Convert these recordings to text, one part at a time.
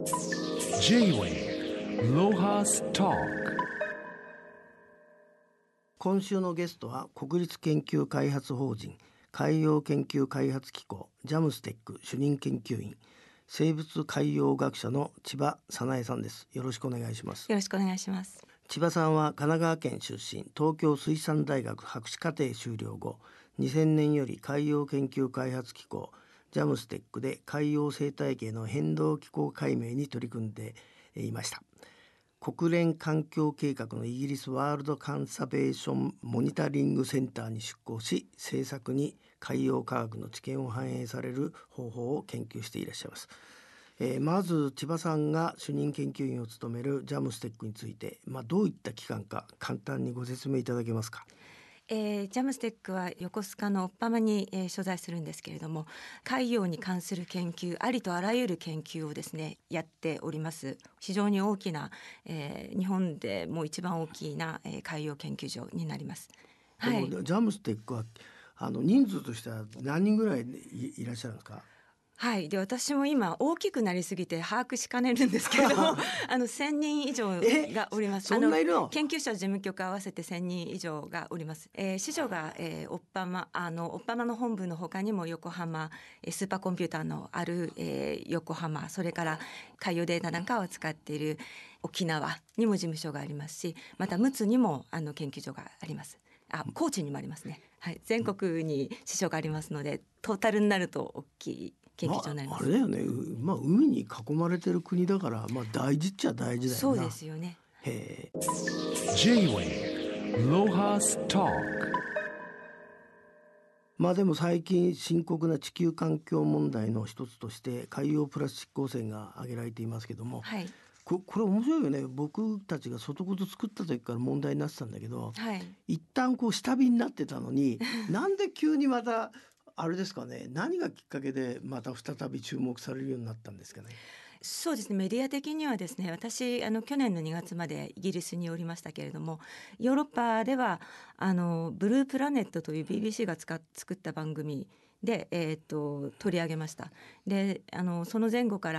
J-Way ロハストーク。 今週のゲストは国立研究開発法人海洋研究開発機構ジャムステック主任研究員生物海洋学者の千葉早苗さんです。よろしくお願いします。 よろしくお願いします。 千葉さんは神奈川県出身、東京水産大学博士課程修了後、2000年より海洋研究開発機構ジャムステックで海洋生態系の変動気候解明に取り組んでいました。国連環境計画のイギリスワールドカンサベーションモニタリングセンターに出向し、政策に海洋科学の知見を反映される方法を研究していらっしゃいます。まず千葉さんが主任研究員を務めるジャムステックについて、どういった機関か簡単にご説明いただけますか。 ジャムステックは横須賀のおっぱまに、所在するんですけれども、海洋に関する研究、ありとあらゆる研究をですねやっております。非常に大きな、日本でも一番大きな、海洋研究所になります。はい、 ジャムステックは人数としては何人ぐらい いらっしゃるんですか。 はい、で私も今大きくなりすぎて把握しかねるんですけれども1000人以上がおります。 そんないるの。 研究者事務局合わせて1000人以上がおります。支所が、おっぱまの本部の他にも横浜、スーパーコンピューターのある、横浜、それから海洋データなんかを使っている沖縄にも事務所がありますし、また陸奥にも研究所があります。高知にもありますね。はい、全国に支所がありますので、トータルになると大きい研究所になります。 あれだよね、海に囲まれてる国だから、大事っちゃ大事だよな。 そうですよね。 へー。 J-Way ロハストーク。 でも最近深刻な地球環境問題の一つとして海洋プラスチック汚染が挙げられていますけども、 はい、 これ面白いよね。僕たちが外こと作った時から問題になってたんだけど、 はい、 一旦下火になってたのになんで急にまたあれですかね、何がきっかけでまた再び注目されるようになったんですかね。 そうですね、メディア的にはですね、私去年の2月までイギリスにおりましたけれども、ヨーロッパではブループラネットという BBC が作った番組で、取り上げました。でその前後から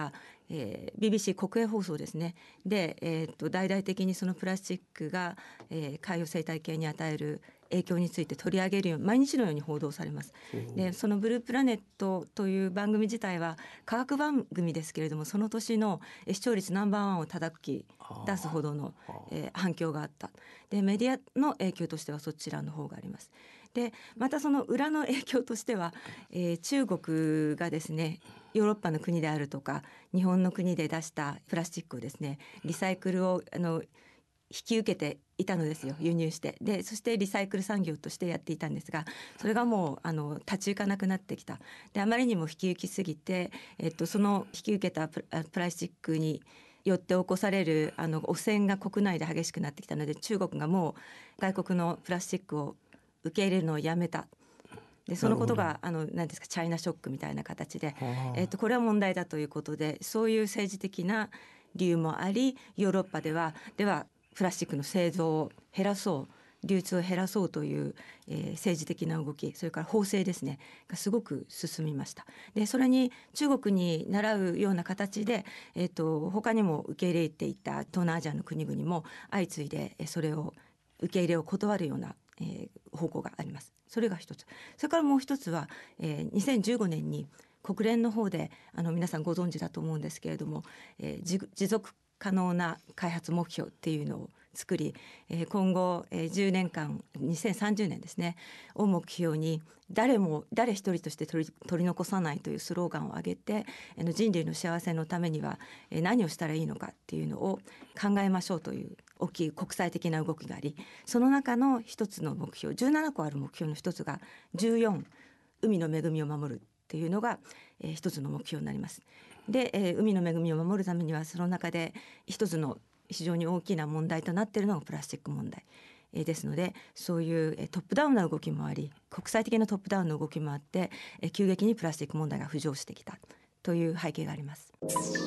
、BBC 国営放送ですねで、大々的にそのプラスチックが、海洋生態系に与える影響について取り上げるように毎日のように報道されます。でそのブループラネットという番組自体は科学番組ですけれども、その年の視聴率ナンバーワンを叩き出すほどの、反響があった。でメディアの影響としてはそちらの方があります。でまたその裏の影響としては、中国がですねヨーロッパの国であるとか日本の国で出したプラスチックをですねリサイクルを引き受けていたのですよ、輸入して。でそしてリサイクル産業としてやっていたんですが、それがもう立ち行かなくなってきた。であまりにも引き受けすぎて、その引き受けたプラスチックによって起こされる汚染が国内で激しくなってきたので、中国がもう外国のプラスチックを受け入れるのをやめた。でそのことが何ですか、チャイナショックみたいな形で、これは問題だということで、そういう政治的な理由もあり、ヨーロッパではプラスチックの製造を減らそう、流通を減らそうという、政治的な動き、それから法制ですねがすごく進みました。でそれに中国に倣うような形で、他にも受け入れていた東南アジアの国々も相次いでそれを受け入れを断るような方向があります。それが一つ。それからもう一つは、2015年に国連の方で皆さんご存知だと思うんですけれども、持続可能な開発目標っていうのを作り、今後、10年間2030年ですねを目標に誰一人として取り残さないというスローガンを挙げて、人類の幸せのためには何をしたらいいのかっていうのを考えましょうという大きい国際的な動きがあり、その中の一つの目標、17個ある目標の一つが14、海の恵みを守るっていうのが、一つの目標になります。で、海の恵みを守るためにはその中で一つの非常に大きな問題となっているのがプラスチック問題、ですので、そういうトップダウンな動きもあり、国際的なトップダウンの動きもあって、急激にプラスチック問題が浮上してきたという背景があります。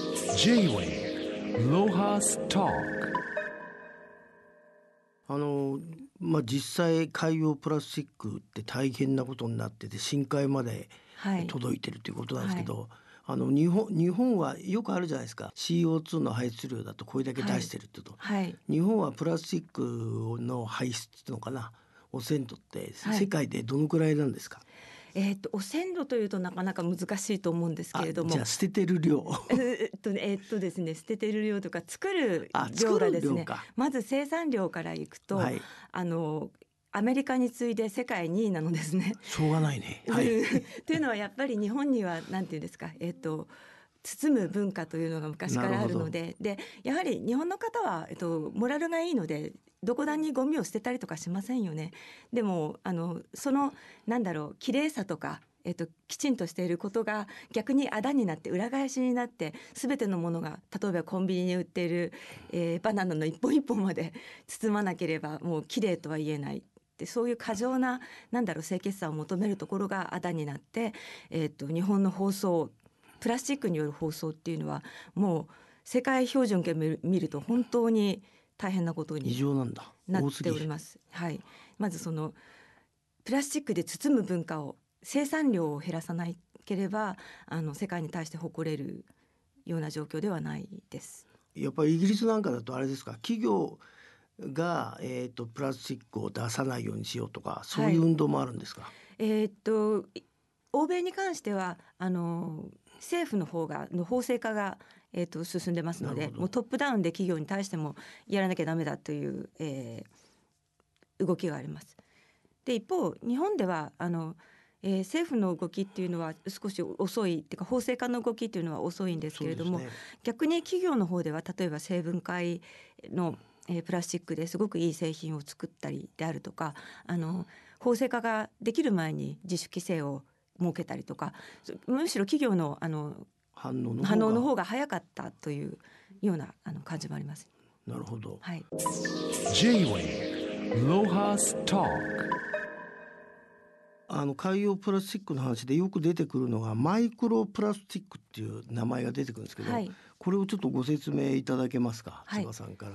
J-Way ロハストーク。 実際海洋プラスチックって大変なことになってて、深海まではい、 届いてるということなんですけど、 日本はよくあるじゃないですか。 CO2 の排出量だとこれだけ出してるってと、 はい、 日本はプラスチックの排出っていうのかな、汚染度って世界でどのくらいなんですか？ 汚染度というとなかなか難しいと思うんですけれども、 じゃあ捨ててる量ですね、捨ててる量とか作る量作るがですね、 量か。 まず生産量からいくと、 はい、 アメリカに次いで世界2位なのですね。 しょうがないね。はい、 というのはやっぱり日本にはなんていうんですか、包む文化というのが昔からあるので、やはり日本の方は、モラルがいいのでどこだにゴミを捨てたりとかしませんよね。でもその綺麗さとか、きちんとしていることが逆にあだになって裏返しになって、全てのものが例えばコンビニに売っている、バナナの一本一本まで包まなければもう綺麗とは言えない。でそういう過剰な清潔さを求めるところがあだになって、日本の包装、プラスチックによる包装っていうのはもう世界標準から見ると本当に大変なことに異常なんだ。 なっております。はい、まずそのプラスチックで包む文化を、生産量を減らさなければ世界に対して誇れるような状況ではないです。 やっぱりイギリスなんかだとあれですか、企業が、プラスチックを出さないようにしようとか、そういう運動もあるんですか？ 欧米に関しては政府の方の法制化が、進んでますので、もうトップダウンで企業に対してもやらなきゃダメだという、動きがあります。で一方日本では政府の動きっていうのは少し遅いっていうか、法制化の動きっていうのは遅いんですけれども、逆に企業の方では例えば成分解のプラスチックですごくいい製品を作ったりであるとか、法制化ができる前に自主規制を設けたりとか、むしろ企業の反応の方が早かったというような感じもあります。 なるほど。 はい、 J-Way ロハストーク。 海洋プラスチックの話でよく出てくるのがマイクロプラスチックっていう名前が出てくるんですけど、これをちょっとご説明いただけますか、千葉さんから。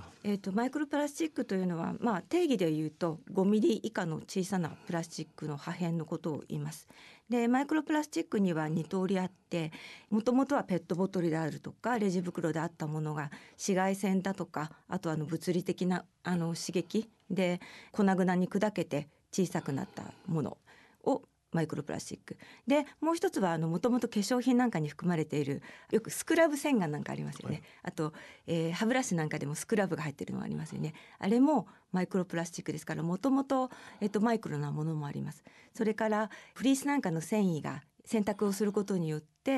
マイクロプラスチックというのは、定義で言うと5ミリ以下の小さなプラスチックの破片のことを言います。でマイクロプラスチックには2通りあって、もともとはペットボトルであるとかレジ袋であったものが紫外線だとか、あと物理的な刺激で粉々に砕けて小さくなったものをマイクロプラスチックで、もう一つはもともと化粧品なんかに含まれているよくスクラブ洗顔なんかありますよね。あと、歯ブラシなんかでもスクラブが入っているのがありますよね。あれもマイクロプラスチックですから、もともとマイクロなものもあります。それからフリースなんかの繊維が洗濯をすることによって、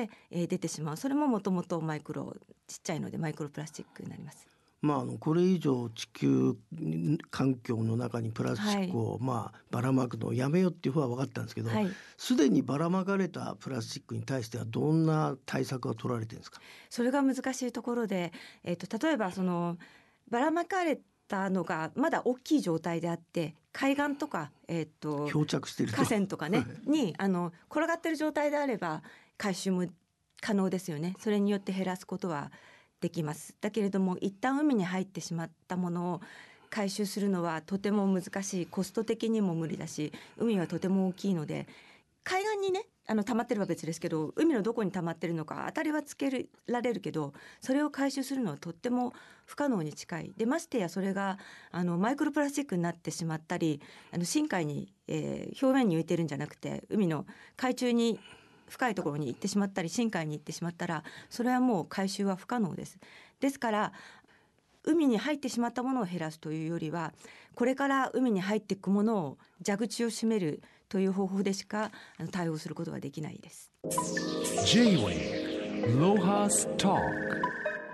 出てしまう、それももともとマイクロ、ちっちゃいのでマイクロプラスチックになります。 これ以上地球環境の中にプラスチックを、ばらまくのをやめようっていう方は分かったんですけど、すでにばらまかれたプラスチックに対してはどんな対策が取られてるんですか？ それが難しいところで、例えばばらまかれたのがまだ大きい状態であって、海岸とか、 漂着している河川とかねに転がっている状態であれば回収も可能ですよね。それによって減らすことはできます。だけれども一旦海に入ってしまったものを回収するのはとても難しい、コスト的にも無理だし、海はとても大きいので、海岸にね溜まってれば別ですけど、海のどこに溜まってるのか当たりはつけられるけど、それを回収するのはとっても不可能に近い。でましてやそれがマイクロプラスチックになってしまったり、深海に、表面に浮いてるんじゃなくて海の海中に深いところに行ってしまったり深海に行ってしまったら、それはもう回収は不可能です。ですから海に入ってしまったものを減らすというよりは、これから海に入っていくものを蛇口を閉めるという方法でしか対応することができないです。 J-Way ロハストーク。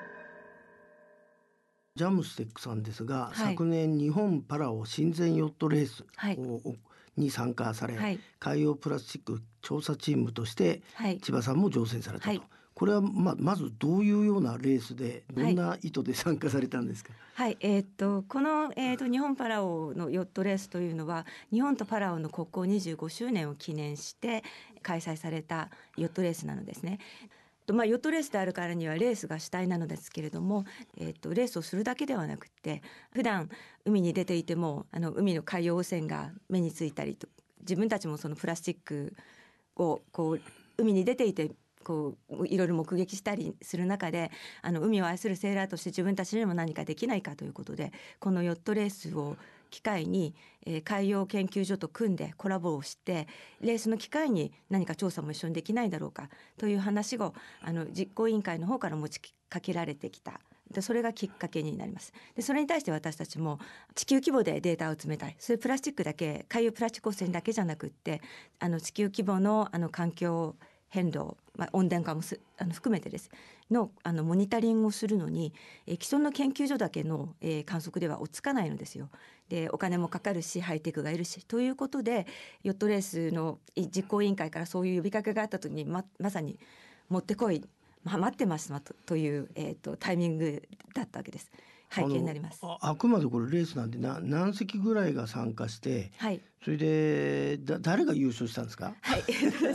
ジャムステックさんですが、昨年日本パラオ親善ヨットレースに参加され、海洋プラスチック調査チームとして千葉さんも乗船されたと、これはまずどういうようなレースでどんな意図で参加されたんですか？ この、日本パラオのヨットレースというのは日本とパラオの国交25周年を記念して開催されたヨットレースなのですね。ヨットレースであるからにはレースが主体なのですけれども、レースをするだけではなくて、普段海に出ていても海の海洋汚染が目についたりと、自分たちもそのプラスチックを海に出ていてこういろいろ目撃したりする中で海を愛するセーラーとして自分たちにも何かできないかということでこのヨットレースを機会に、海洋研究所と組んでコラボをしてレースの機会に何か調査も一緒にできないだろうかという話を実行委員会の方から持ちかけられてきた。でそれがきっかけになります。でそれに対して私たちも地球規模でデータを集めたい。それプラスチックだけ海洋プラスチック汚染だけじゃなくって地球規模の環境変動、温暖化も含めてですのモニタリングをするのに、既存の研究所だけの、観測では追っつかないのですよ。でお金もかかるしハイテクがいるしということでヨットレースの実行委員会からそういう呼びかけがあった時に まさにもってこい、待ってますという、タイミングだったわけです。背景になります。 あくまでこれレースなんで何隻ぐらいが参加して、 はい、 それで誰が優勝したんですか？ はい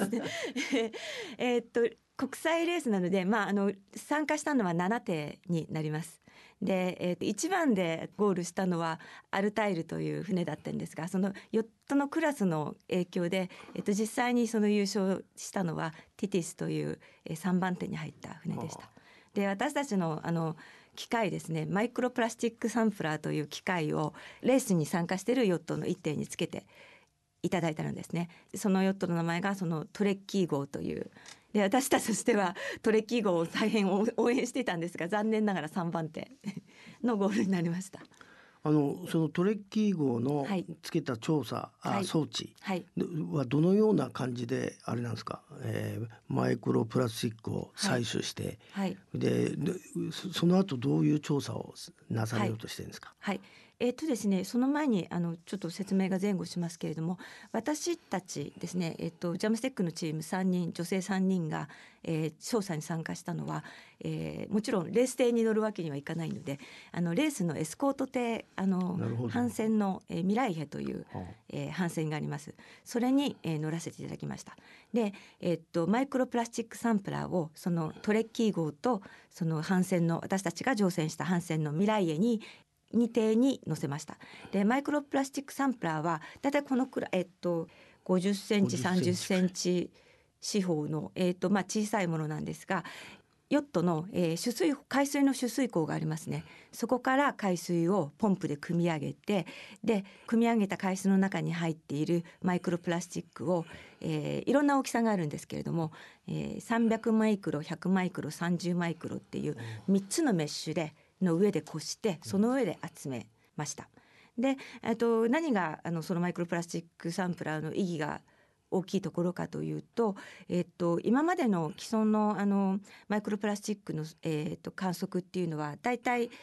国際レースなので、参加したのは7艇になります。で、1番でゴールしたのはアルタイルという船だったんですがそのヨットのクラスの影響で、実際にその優勝したのはティティスという、3番手に入った船でした。で私たちの機械ですねマイクロプラスチックサンプラーという機械をレースに参加しているヨットの一艇につけていただいたのですね。そのヨットの名前がそのトレッキー号というで私たちとしてはトレッキー号を大変応援していたんですが残念ながら3番手のゴールになりました。 そのトレッキー号のつけた調査、装置はどのような感じであれなんですか、マイクロプラスチックを採取して、でその後どういう調査をなされようとしてるんですか？ ですね、その前にちょっと説明が前後しますけれども私たちですね、ジャムステックのチーム3人女性3人が、調査に参加したのは、もちろんレース艇に乗るわけにはいかないのでレースのエスコート艇帆船の、未来兵という、帆船があります。それに、乗らせていただきました。で、マイクロプラスチックサンプラーをそのトレッキー号とその帆船の私たちが乗船した帆船の未来へに2艇に載せました。でマイクロプラスチックサンプラーはだいたいこのくらい、50センチ30センチ四方の、小さいものなんですがヨットの、海水の取水口がありますね。そこから海水をポンプで汲み上げてで汲み上げた海水の中に入っているマイクロプラスチックを、いろんな大きさがあるんですけれども、300マイクロ100マイクロ30マイクロっていう3つのメッシュでの上でこしてその上で集めました。で何がそのマイクロプラスチックサンプラーの意義が大きいところかというと、今までの既存のマイクロプラスチックの、観測っていうのはだいたい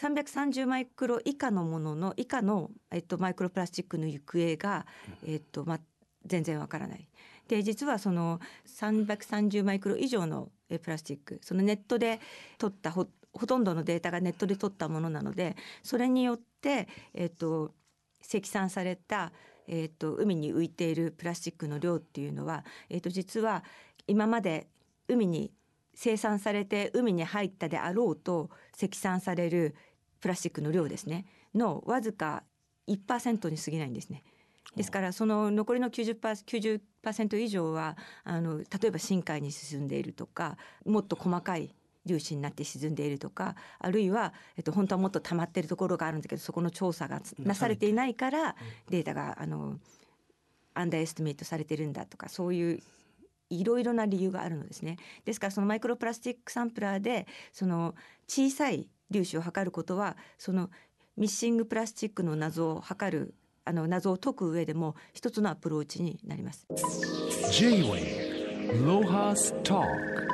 330マイクロ以下のものの以下の、マイクロプラスチックの行方が、全然わからない。で実はその330マイクロ以上のプラスチックそのネットで取ったほとんどのデータがネットで取ったものなのでそれによって、積算された、海に浮いているプラスチックの量っていうのは、実は今まで海に生産されて海に入ったであろうと積算されるプラスチックの量ですねのわずか 1% に過ぎないんですね。ですからその残りの 90% 以上は例えば深海に進んでいるとかもっと細かい粒子になって沈んでいるとかあるいは、本当はもっと溜まっているところがあるんだけどそこの調査がなされていないからデータがアンダーエスティメイトされているんだとかそういういろいろな理由があるのですね。ですからそのマイクロプラスチックサンプラーでその小さい粒子を測ることはそのミッシングプラスチックの謎を測る謎を解く上でも一つのアプローチになります。 J-Way ロハストーク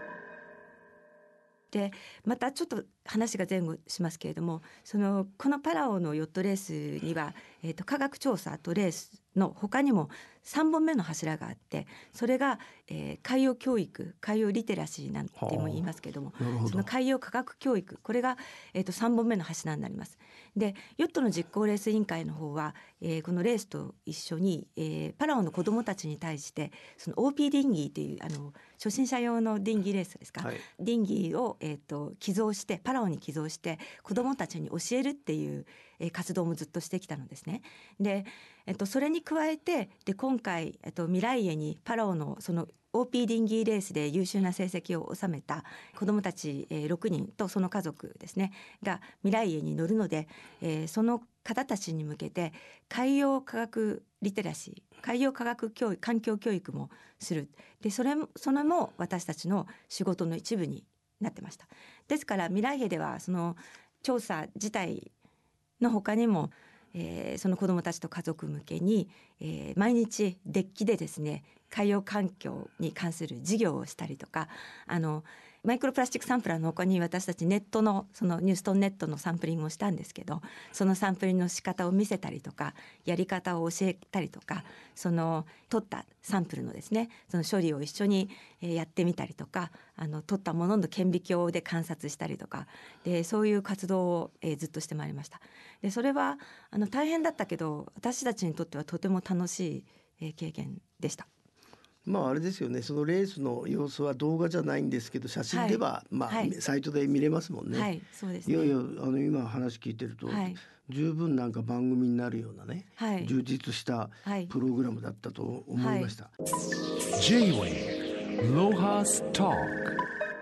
でまたちょっと話が前後しますけれどもこのパラオのヨットレースには、科学調査とレースの他にも3本目の柱があってそれが、海洋教育海洋リテラシーなんても言いますけれどもその海洋科学教育これが、3本目の柱になります。でヨットの実行レース委員会の方は、このレースと一緒に、パラオの子どもたちに対してその OP ディンギーという初心者用のディンギーレースですか、ディンギーを、寄贈してパラオに寄贈して子どもたちに教えるっていう、活動もずっとしてきたのですね。でそれに加えてで今回、未来へにパラオのそのOP ディンギーレースで優秀な成績を収めた子どもたち6人とその家族ですねが未来へに乗るので、その方たちに向けて海洋科学リテラシー、海洋科学教育、環境教育もする。でそれも私たちの仕事の一部になってました。ですから未来へではその調査自体の他にも、その子どもたちと家族向けに、毎日デッキでですね海洋環境に関する授業をしたりとか、マイクロプラスチックサンプラーの他に私たちネットのそのニューストンネットのサンプリングをしたんですけど、そのサンプリングの仕方を見せたりとかやり方を教えたりとか、その取ったサンプルのですねその処理を一緒にやってみたりとか、取ったものの顕微鏡で観察したりとかで、そういう活動をずっとしてまいりました。でそれは大変だったけど私たちにとってはとても楽しい経験でした。 まああれですよね、そのレースの様子は動画じゃないんですけど写真では、サイトで見れますもんね。 はい、そうですね。 いやいや今話聞いてると、十分なんか番組になるようなね、充実したプログラムだったと思いました。 J-Way ロハストーク。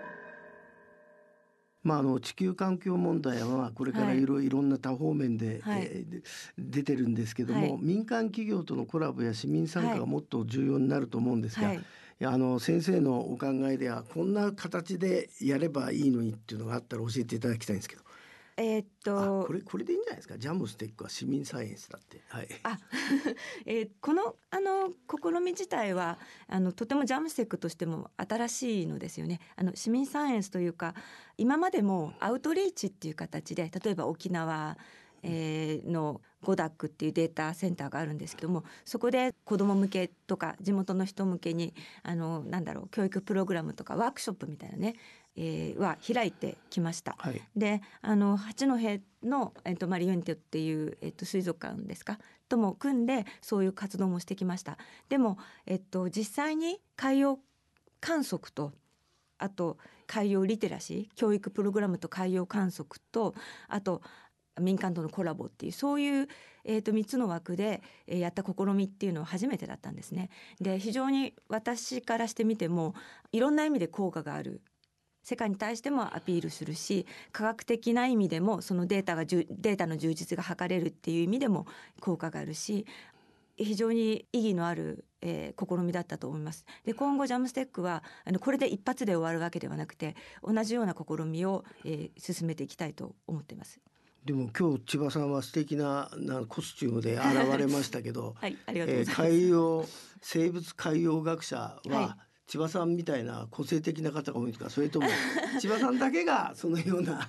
地球環境問題はこれからいろんな多方面で、出てるんですけども、民間企業とのコラボや市民参加がもっと重要になると思うんですが、先生のお考えではこんな形でやればいいのにっていうのがあったら教えていただきたいんですけど。これでいいんじゃないですか。ジャムステックは市民サイエンスだって。 この試み自体はとてもジャムステックとしても新しいのですよね。市民サイエンスというか今までもアウトリーチっていう形で、例えば沖縄のゴダックっていうデータセンターがあるんですけども、そこで子ども向けとか地元の人向けに教育プログラムとかワークショップみたいなね、は開いてきました。で八戸の、マリオンテっていう、水族館ですかとも組んでそういう活動もしてきました。でも、実際に海洋観測とあと海洋リテラシー、教育プログラムと海洋観測とあと民間とのコラボっていうそういう、3つの枠で、やった試みっていうのは初めてだったんですね。で非常に私からしてみてもいろんな意味で効果がある、世界に対してもアピールするし、科学的な意味でもそのデータの充実が図れるっていう意味でも効果があるし、非常に意義のある、試みだったと思います。で今後ジャムステックはこれで一発で終わるわけではなくて同じような試みを、進めていきたいと思っています。 でも今日千葉さんは素敵なコスチュームで現れましたけど、 ありがとうございます。 生物海洋学者は、千葉さんみたいな個性的な方が多いんですか、それとも千葉さんだけがそのような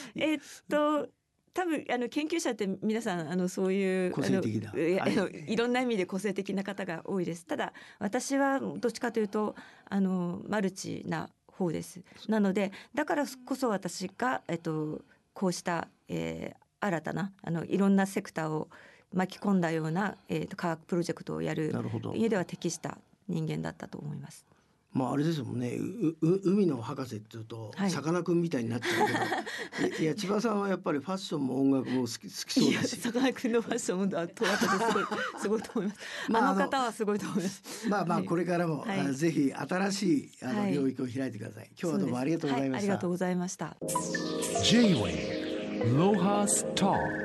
多分研究者って皆さんそういう個性的だ、 いろんな意味で個性的な方が多いです。ただ私はどっちかというとマルチな方です。なのでだからこそ私が、こうした、新たないろんなセクターを巻き込んだような、科学プロジェクトをやる家では適した人間だったと思います。 あれですもんね、海の博士っていうとさかなクンみたいになっちゃうけど、いや千葉さんはやっぱりファッションも音楽も好きそうだし、 さかなクンのファッションとすごいと思います。あの方はすごいと思います。 これからも、ぜひ新しい領域を開いてください。今日はどうもありがとうございました。 ありがとうございました。 J-Way ロハストーク。